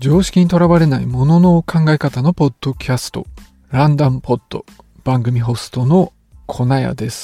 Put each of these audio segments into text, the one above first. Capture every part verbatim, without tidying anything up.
常識にとらわれないものの考え方のポッドキャスト、ランダムポッド、番組ホストの粉屋です。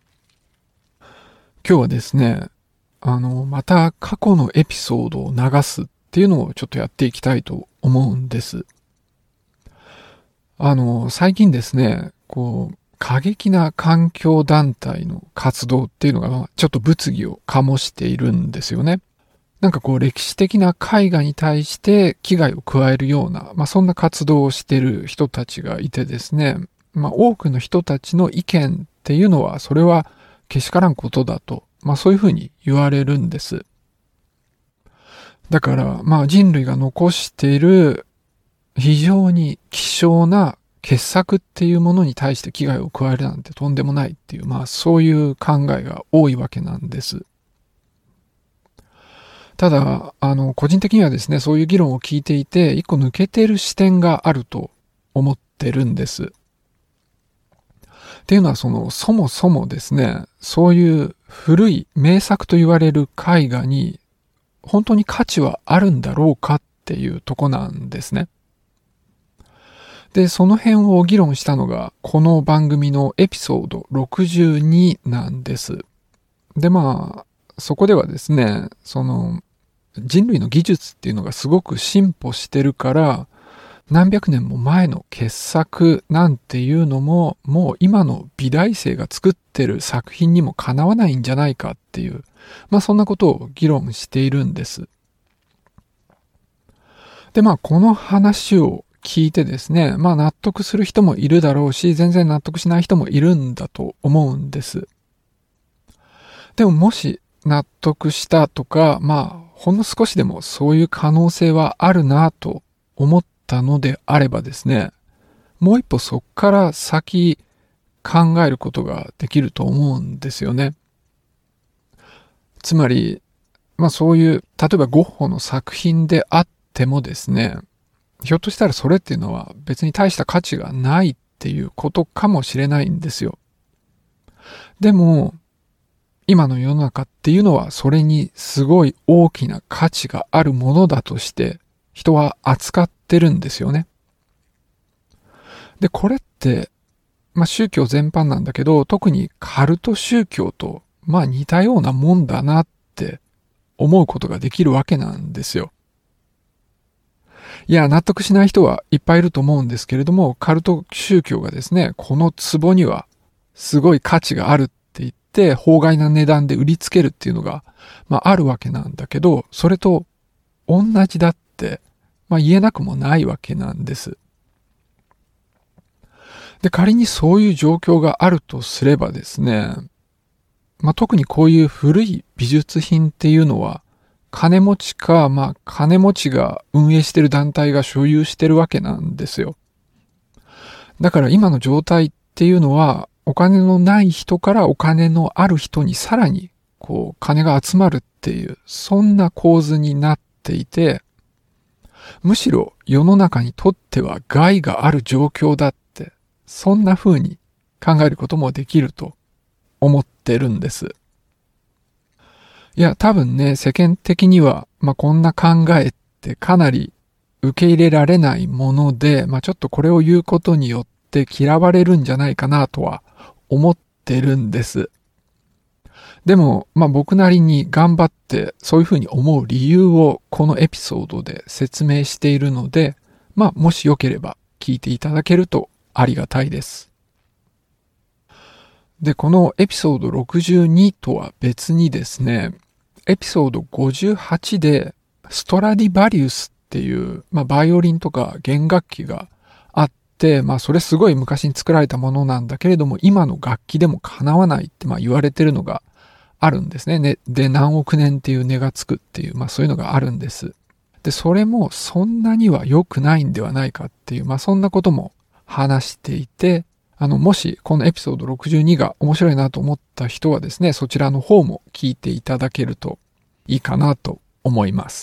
今日はですね、あの、また過去のエピソードを流すっていうのをちょっとやっていきたいと思うんです。あの、最近ですね、こう、過激な環境団体の活動っていうのがちょっと物議を醸しているんですよね。なんかこう歴史的な絵画に対して危害を加えるような、まあそんな活動をしている人たちがいてですね、まあ多くの人たちの意見っていうのはそれはけしからんことだと、まあそういうふうに言われるんです。だからまあ人類が残している非常に希少な傑作っていうものに対して危害を加えるなんてとんでもないっていう、まあそういう考えが多いわけなんです。ただ、あの、個人的にはですね、そういう議論を聞いていて、一個抜けている視点があると思ってるんです。っていうのは、その、そもそもですね、そういう古い名作と言われる絵画に、本当に価値はあるんだろうかっていうとこなんですね。で、その辺を議論したのが、この番組のエピソードろくじゅうになんです。で、まあ、そこではですね、その、人類の技術っていうのがすごく進歩してるから、何百年も前の傑作なんていうのも、もう今の美大生が作ってる作品にもかなわないんじゃないかっていう、まあそんなことを議論しているんです。で、まあこの話を聞いてですね、まあ納得する人もいるだろうし、全然納得しない人もいるんだと思うんです。でももし納得したとか、まあほんの少しでもそういう可能性はあるなと思ったのであればですね、もう一歩そっから先考えることができると思うんですよね。つまり、まあそういう、例えばゴッホの作品であってもですね、ひょっとしたらそれっていうのは別に大した価値がないっていうことかもしれないんですよ。でも、今の世の中っていうのはそれにすごい大きな価値があるものだとして人は扱ってるんですよね。で、これって、まあ宗教全般なんだけど、特にカルト宗教とまあ似たようなもんだなって思うことができるわけなんですよ。いや、納得しない人はいっぱいいると思うんですけれども、カルト宗教がですね、この壺にはすごい価値があるって言って、法外な値段で売りつけるっていうのが、まああるわけなんだけど、それと同じだって、まあ言えなくもないわけなんです。で、仮にそういう状況があるとすればですね、まあ特にこういう古い美術品っていうのは、金持ちか、まあ金持ちが運営してる団体が所有してるわけなんですよ。だから今の状態っていうのは、お金のない人からお金のある人にさらにこう金が集まるっていう、そんな構図になっていて、むしろ世の中にとっては害がある状況だって、そんな風に考えることもできると思ってるんです。いや、多分ね、世間的には、まあ、こんな考えってかなり受け入れられないもので、まあ、ちょっとこれを言うことによって嫌われるんじゃないかなとは思ってるんです。でも、まあ、僕なりに頑張ってそういうふうに思う理由をこのエピソードで説明しているので、まあ、もしよければ聞いていただけるとありがたいです。で、このエピソードろくじゅうにとは別にですね、エピソードごじゅうはちでストラディバリウスっていう、まあ、バイオリンとか弦楽器があって、まあ、それすごい昔に作られたものなんだけれども、今の楽器でもかなわないってまあ言われてるのがあるんですね。ねで、何億年っていう値がつくっていう、まあそういうのがあるんです。で、それもそんなには良くないんではないかっていう、まあそんなことも話していて、あの、もしこのエピソードろくじゅうにが面白いなと思った人はですね、そちらの方も聞いていただけるといいかなと思います。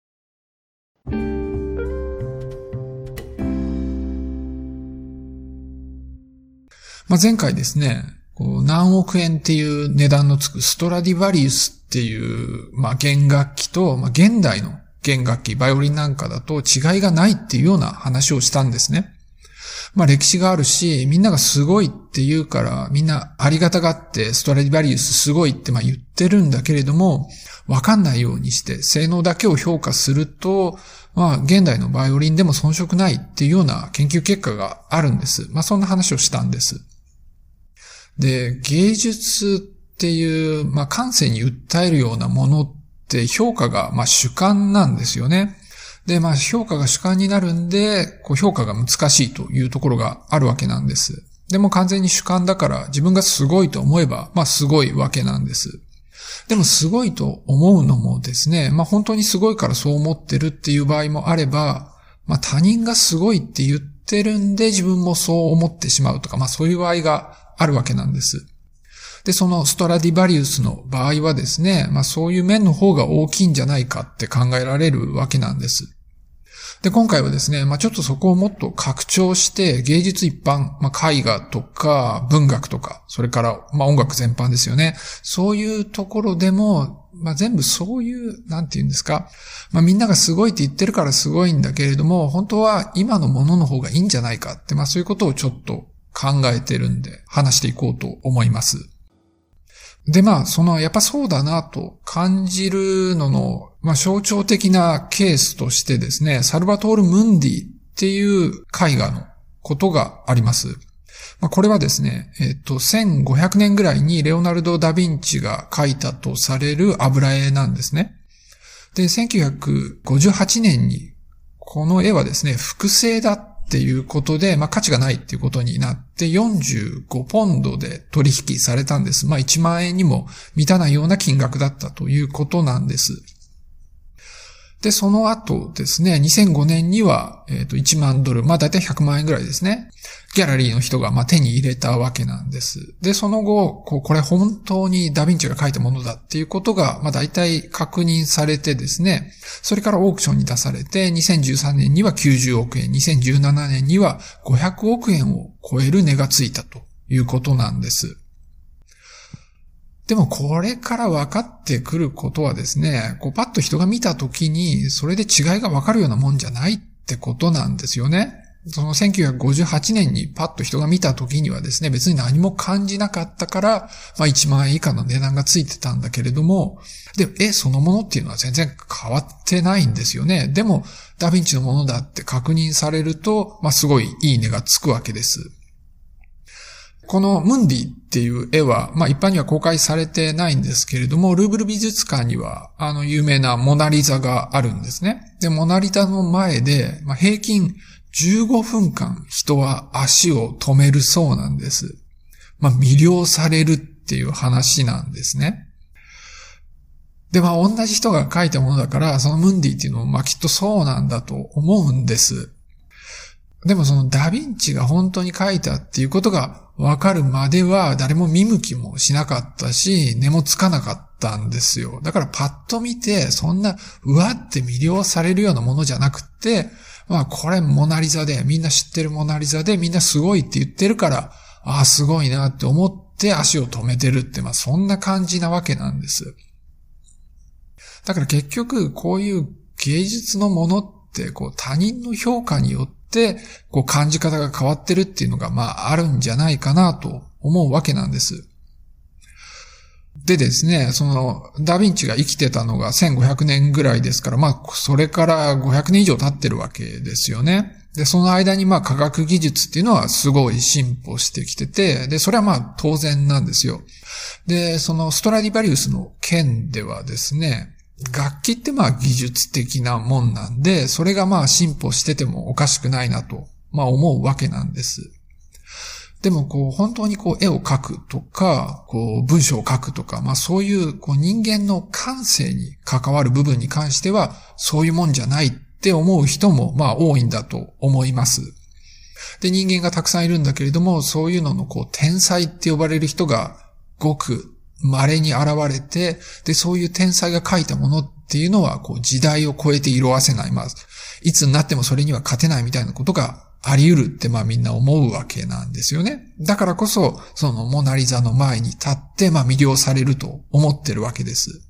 まあ、前回ですね、こう何億円っていう値段のつくストラディバリウスっていう、まあ、弦楽器と、まあ、現代の弦楽器、バイオリンなんかだと違いがないっていうような話をしたんですね。まあ歴史があるし、みんながすごいって言うから、みんなありがたがってストラディバリウスすごいってまあ言ってるんだけれども、わかんないようにして性能だけを評価すると、まあ現代のバイオリンでも遜色ないっていうような研究結果があるんです。まあそんな話をしたんです。で、芸術っていう、まあ感性に訴えるようなものって評価がまあ主観なんですよね。で、まあ評価が主観になるんで、こう評価が難しいというところがあるわけなんです。でも完全に主観だから自分がすごいと思えば、まあすごいわけなんです。でもすごいと思うのもですね、まあ本当にすごいからそう思ってるっていう場合もあれば、まあ他人がすごいって言ってるんで自分もそう思ってしまうとか、まあそういう場合があるわけなんです。で、そのストラディバリウスの場合はですね、まあそういう面の方が大きいんじゃないかって考えられるわけなんです。で、今回はですね、まあちょっとそこをもっと拡張して芸術一般、まあ絵画とか文学とか、それからまあ音楽全般ですよね。そういうところでも、まあ全部そういう、なんて言うんですか。まあみんながすごいって言ってるからすごいんだけれども、本当は今のものの方がいいんじゃないかって、まあそういうことをちょっと考えてるんで話していこうと思います。で、まあ、その、やっぱそうだなと感じるのの、まあ、象徴的なケースとしてですね、サルバトール・ムンディっていう絵画のことがあります。まあ、これはですね、えっと、せんごひゃくねんぐらいにレオナルド・ダ・ヴィンチが描いたとされる油絵なんですね。で、せんきゅうひゃくごじゅうはちねんに、この絵はですね、複製だっていうことで、まあ価値がないっていうことになってよんじゅうごポンドで取引されたんです。まあいちまんえんにも満たないような金額だったということなんです。で、その後ですね、にせんごねんには、えっと、いちまんドル、まあだいたいひゃくまんえんぐらいですね。ギャラリーの人がまあ手に入れたわけなんです。で、その後、こう、これ本当にダヴィンチが描いたものだっていうことが、まあだいたい確認されてですね、それからオークションに出されて、にせんじゅうさんねんにはきゅうじゅうおくえん、にせんじゅうななねんにはごひゃくおくえんを超える値がついたということなんです。でもこれから分かってくることはですね、こうパッと人が見たときに、それで違いが分かるようなもんじゃないってことなんですよね。そのせんきゅうひゃくごじゅうはちねんにパッと人が見たときにはですね、別に何も感じなかったから、まあいちまんえん以下の値段がついてたんだけれども、で、絵そのものっていうのは全然変わってないんですよね。でも、ダヴィンチのものだって確認されると、まあすごいいい値がつくわけです。このムンディっていう絵は、まあ一般には公開されてないんですけれども、ルーブル美術館には、あの有名なモナリザがあるんですね。で、モナリザの前で、まあ平均じゅうごふんかん人は足を止めるそうなんです。まあ魅了されるっていう話なんですね。で、まあ同じ人が描いたものだから、そのムンディっていうのもまあきっとそうなんだと思うんです。でもそのダヴィンチが本当に描いたっていうことがわかるまでは誰も見向きもしなかったし、根もつかなかったんですよ。だからパッと見て、そんなうわって魅了されるようなものじゃなくて、まあこれモナリザで、みんな知ってるモナリザで、みんなすごいって言ってるから、ああすごいなって思って足を止めてるって、まあそんな感じなわけなんです。だから結局こういう芸術のものってこう他人の評価によってで、こう感じ方が変わってるっていうのがまああるんじゃないかなと思うわけなんです。でですね、そのダヴィンチが生きてたのがせんごひゃくねんぐらいですから、まあそれからごひゃくねん以上経ってるわけですよね。で、その間にまあ科学技術っていうのはすごい進歩してきてて、で、それはまあ当然なんですよ。で、そのストラディバリウスの件ではですね、楽器ってまあ技術的なもんなんで、それがまあ進歩しててもおかしくないなと、まあ思うわけなんです。でもこう本当にこう絵を描くとか、こう文章を書くとか、まあそういうこう人間の感性に関わる部分に関しては、そういうもんじゃないって思う人もまあ多いんだと思います。で、人間がたくさんいるんだけれども、そういうののこう天才って呼ばれる人がごく稀に現れて、で、そういう天才が書いたものっていうのは、こう、時代を超えて色褪せない。まあ、いつになってもそれには勝てないみたいなことがあり得るって、まあみんな思うわけなんですよね。だからこそ、そのモナリザの前に立って、まあ魅了されると思ってるわけです。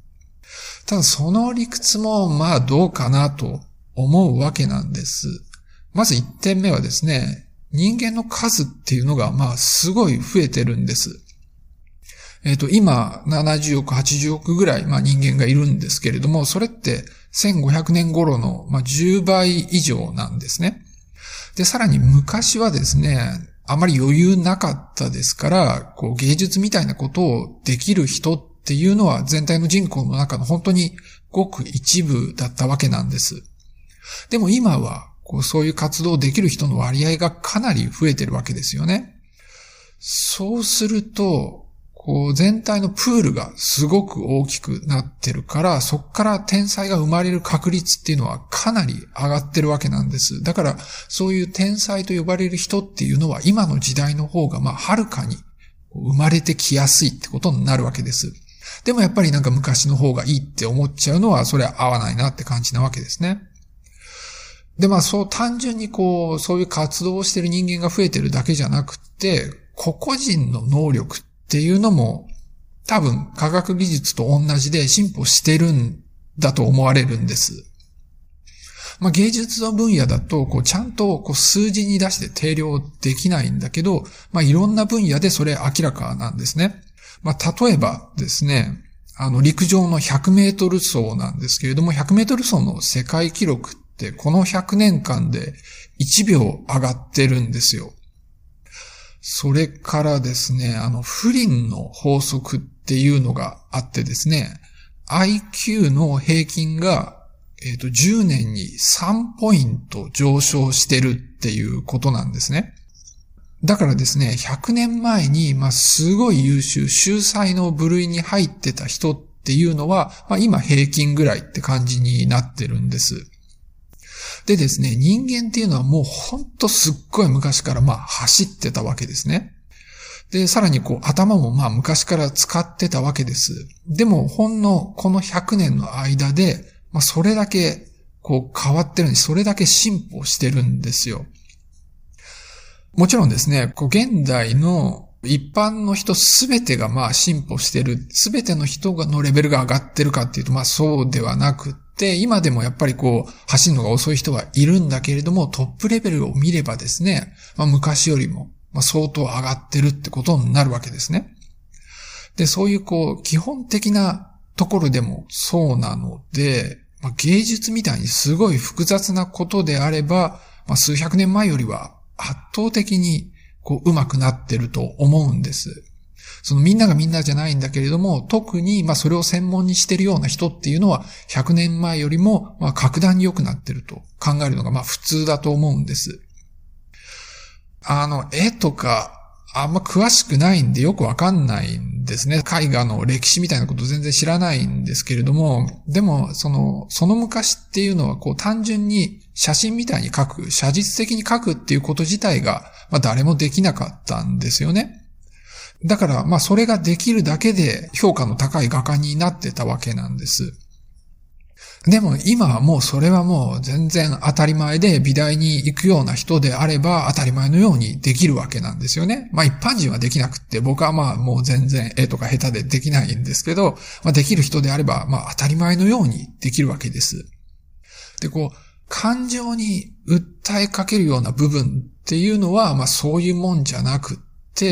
ただその理屈もまあどうかなと思うわけなんです。まずいってんめはですね、人間の数っていうのがまあすごい増えてるんです。えっと、今ななじゅうおく、はちじゅうおくぐらいまあ人間がいるんですけれども、それってせんごひゃくねん頃のまあじゅうばい以上なんですね。で、さらに昔はですね、あまり余裕なかったですから、こう芸術みたいなことをできる人っていうのは全体の人口の中の本当にごく一部だったわけなんです。でも今はこうそういう活動をできる人の割合がかなり増えてるわけですよね。そうすると、こう全体のプールがすごく大きくなってるから、そこから天才が生まれる確率っていうのはかなり上がってるわけなんです。だからそういう天才と呼ばれる人っていうのは今の時代の方がまあはるかに生まれてきやすいってことになるわけです。でもやっぱりなんか昔の方がいいって思っちゃうのはそれは合わないなって感じなわけですね。でまあそう単純にこうそういう活動をしている人間が増えてるだけじゃなくて、個々人の能力ってっていうのも多分科学技術と同じで進歩してるんだと思われるんです。まあ、芸術の分野だとこうちゃんとこう数字に出して定量できないんだけど、まあ、いろんな分野でそれ明らかなんですね。まあ、例えばですね、あの陸上のひゃくメートル走なんですけれども、ひゃくメートル走の世界記録ってこのひゃくねんかんでいちびょう上がってるんですよ。それからですね、あの、フリンの法則っていうのがあってですね、アイキュー の平均が、えっと、じゅうねんにさんポイント上昇してるっていうことなんですね。だからですね、ひゃくねんまえに、まあ、すごい優秀、秀才の部類に入ってた人っていうのは、まあ、今平均ぐらいって感じになってるんです。でですね、人間っていうのはもうほんとすっごい昔からまあ走ってたわけですね。で、さらにこう頭もまあ昔から使ってたわけです。でもほんのこのひゃくねんの間で、まあそれだけこう変わってるんです。それだけ進歩してるんですよ。もちろんですね、こう現代の一般の人すべてがまあ進歩してる、すべての人のレベルが上がってるかっていうとまあそうではなくて、今でもやっぱりこう走るのが遅い人はいるんだけれども、トップレベルを見ればですね、まあ昔よりも相当上がってるってことになるわけですね。で、そういうこう基本的なところでもそうなので、まあ、芸術みたいにすごい複雑なことであれば、まあ、数百年前よりは圧倒的にこう上手くなってると思うんです。そのみんながみんなじゃないんだけれども、特にまあそれを専門にしているような人っていうのはひゃくねんまえよりもまあ格段に良くなってると考えるのがまあ普通だと思うんです。あの絵とかあんま詳しくないんでよくわかんないんですね。絵画の歴史みたいなこと全然知らないんですけれども、でもそのその昔っていうのはこう単純に写真みたいに描く、写実的に描くっていうこと自体がまあ誰もできなかったんですよね。だから、まあ、それができるだけで評価の高い画家になってたわけなんです。でも今はもうそれはもう全然当たり前で美大に行くような人であれば当たり前のようにできるわけなんですよね。まあ一般人はできなくって、僕はまあもう全然絵とか下手でできないんですけど、まあできる人であればまあ当たり前のようにできるわけです。で、こう、感情に訴えかけるような部分っていうのはまあそういうもんじゃなくって、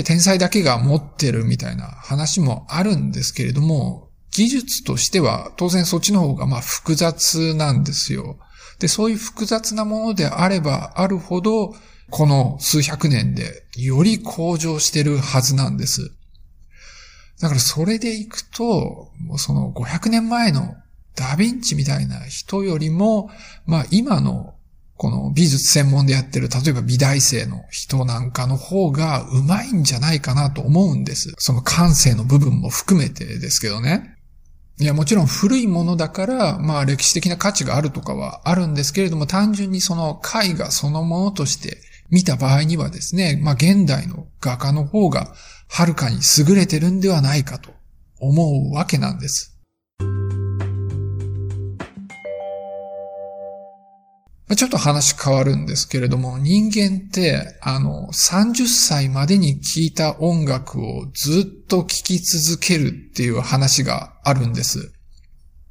天才だけが持ってるみたいな話もあるんですけれども、技術としては当然そっちの方がまあ複雑なんですよ。で、そういう複雑なものであればあるほど、この数百年でより向上してるはずなんです。だからそれでいくと、そのごひゃくねんまえのダヴィンチみたいな人よりも、まあ今のこの美術専門でやってる、例えば美大生の人なんかの方がうまいんじゃないかなと思うんです。その感性の部分も含めてですけどね。いや、もちろん古いものだから、まあ歴史的な価値があるとかはあるんですけれども、単純にその絵画そのものとして見た場合にはですね、まあ現代の画家の方がはるかに優れてるんではないかと思うわけなんです。ちょっと話変わるんですけれども、人間って、あの、さんじゅっさいまでに聴いた音楽をずっと聴き続けるっていう話があるんです。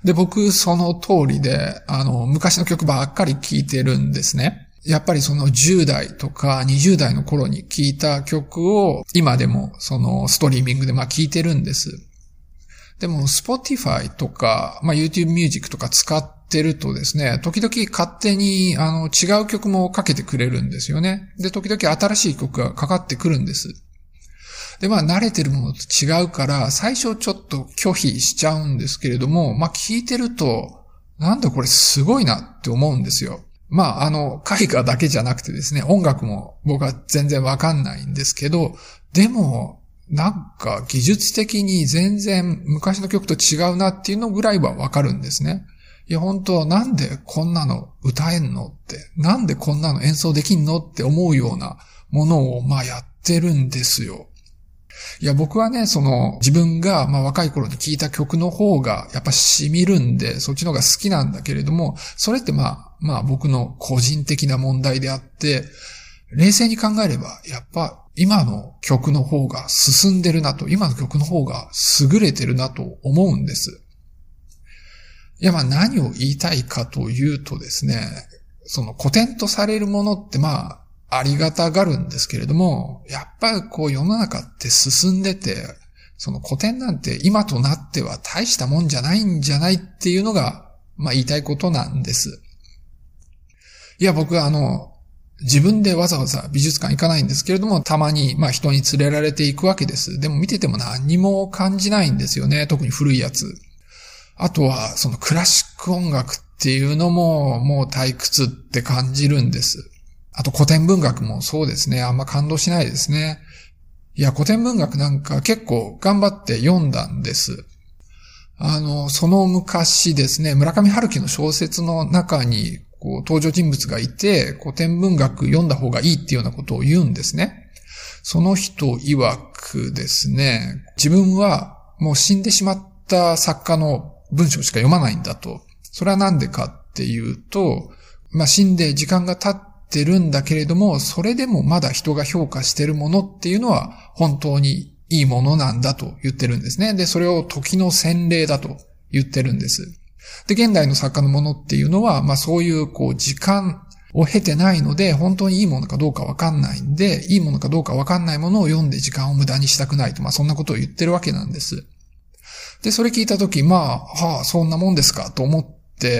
で、僕、その通りで、あの、昔の曲ばっかり聴いてるんですね。やっぱりそのじゅう代とかにじゅう代の頃に聴いた曲を、今でもそのストリーミングでまあ聴いてるんです。でも、Spotify とか、まあ YouTube Music とか使ってるとですね、時々勝手に、あの、違う曲もかけてくれるんですよね。で、時々新しい曲がかかってくるんです。で、まあ、慣れてるものと違うから、最初ちょっと拒否しちゃうんですけれども、まあ、聞いてると、なんだこれすごいなって思うんですよ。まあ、あの、絵画だけじゃなくてですね、音楽も僕は全然わかんないんですけど、でも、なんか技術的に全然昔の曲と違うなっていうのぐらいはわかるんですね。いや、本当なんでこんなの歌えんのって、なんでこんなの演奏できんのって思うようなものを、まあ、やってるんですよ。いや、僕はね、その、自分が、まあ若い頃に聴いた曲の方が、やっぱ染みるんで、そっちの方が好きなんだけれども、それってまあ、まあ僕の個人的な問題であって、冷静に考えれば、やっぱ今の曲の方が進んでるなと、今の曲の方が優れてるなと思うんです。いや、まあ何を言いたいかというとですね、その古典とされるものってまあ、ありがたがるんですけれども、やっぱりこう世の中って進んでて、その古典なんて今となっては大したもんじゃないんじゃないっていうのが、まあ言いたいことなんです。いや、僕はあの、自分でわざわざ美術館行かないんですけれども、たまにまあ人に連れられていくわけです。でも見てても何にも感じないんですよね。特に古いやつ。あとはそのクラシック音楽っていうのももう退屈って感じるんです。あと古典文学もそうですね。あんま感動しないですね。いや、古典文学なんか結構頑張って読んだんです。あの、その昔ですね、村上春樹の小説の中にこう登場人物がいて、古典文学読んだ方がいいっていうようなことを言うんですね。その人曰くですね、自分はもう死んでしまった作家の文章しか読まないんだと。それはなんでかっていうと、まあ、死んで時間が経っててるんだけれども、それでもまだ人が評価してるものっていうのは本当にいいものなんだと言ってるんですね。で、それを時の洗礼だと言ってるんです。で、現代の作家のものっていうのは、まあそういうこう時間を経てないので、本当にいいものかどうかわかんないんで、いいものかどうかわかんないものを読んで時間を無駄にしたくないと、まあそんなことを言ってるわけなんです。で、それ聞いたとき、まあ、はあ、そんなもんですかと思って、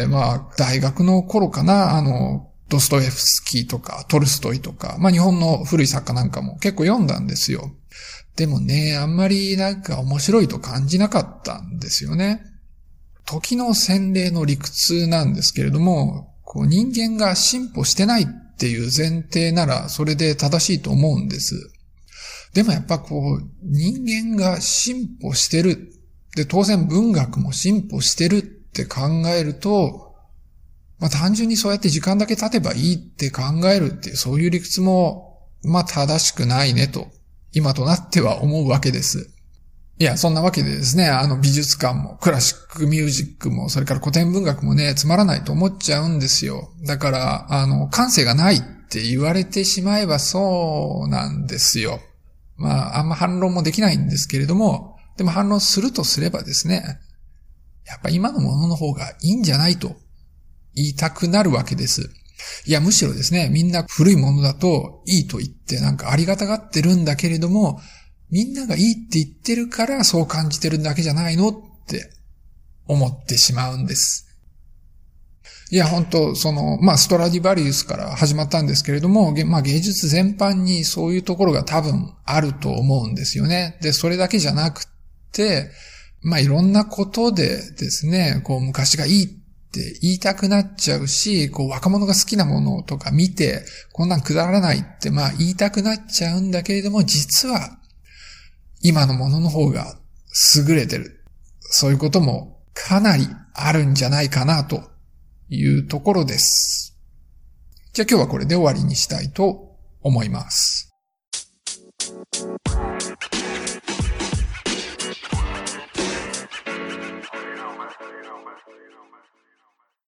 まあ大学の頃かな、あの、ドストエフスキーとかトルストイとか、まあ日本の古い作家なんかも結構読んだんですよ。でもね、あんまりなんか面白いと感じなかったんですよね。時の洗礼の理屈なんですけれども、こう人間が進歩してないっていう前提ならそれで正しいと思うんです。でもやっぱこう人間が進歩してる。で、当然文学も進歩してるって考えると、まあ単純にそうやって時間だけ経てばいいって考えるっていう、そういう理屈も、まあ正しくないねと、今となっては思うわけです。いや、そんなわけでですね、あの美術館も、クラシックミュージックも、それから古典文学もね、つまらないと思っちゃうんですよ。だから、あの、感性がないって言われてしまえばそうなんですよ。まあ、あんま反論もできないんですけれども、でも反論するとすればですね、やっぱ今のものの方がいいんじゃないと。言いたくなるわけです。いや、むしろですね、みんな古いものだといいと言ってなんかありがたがってるんだけれども、みんながいいって言ってるからそう感じてるだけじゃないのって思ってしまうんです。いや、本当その、まあ、ストラディバリウスから始まったんですけれども、まあ、芸術全般にそういうところが多分あると思うんですよね。で、それだけじゃなくて、まあ、いろんなことでですね、こう、昔がいいって言いたくなっちゃうし、こう若者が好きなものとか見て、こんなんくだらないってまあ言いたくなっちゃうんだけれども、実は今のものの方が優れてる。そういうこともかなりあるんじゃないかなというところです。じゃあ今日はこれで終わりにしたいと思います。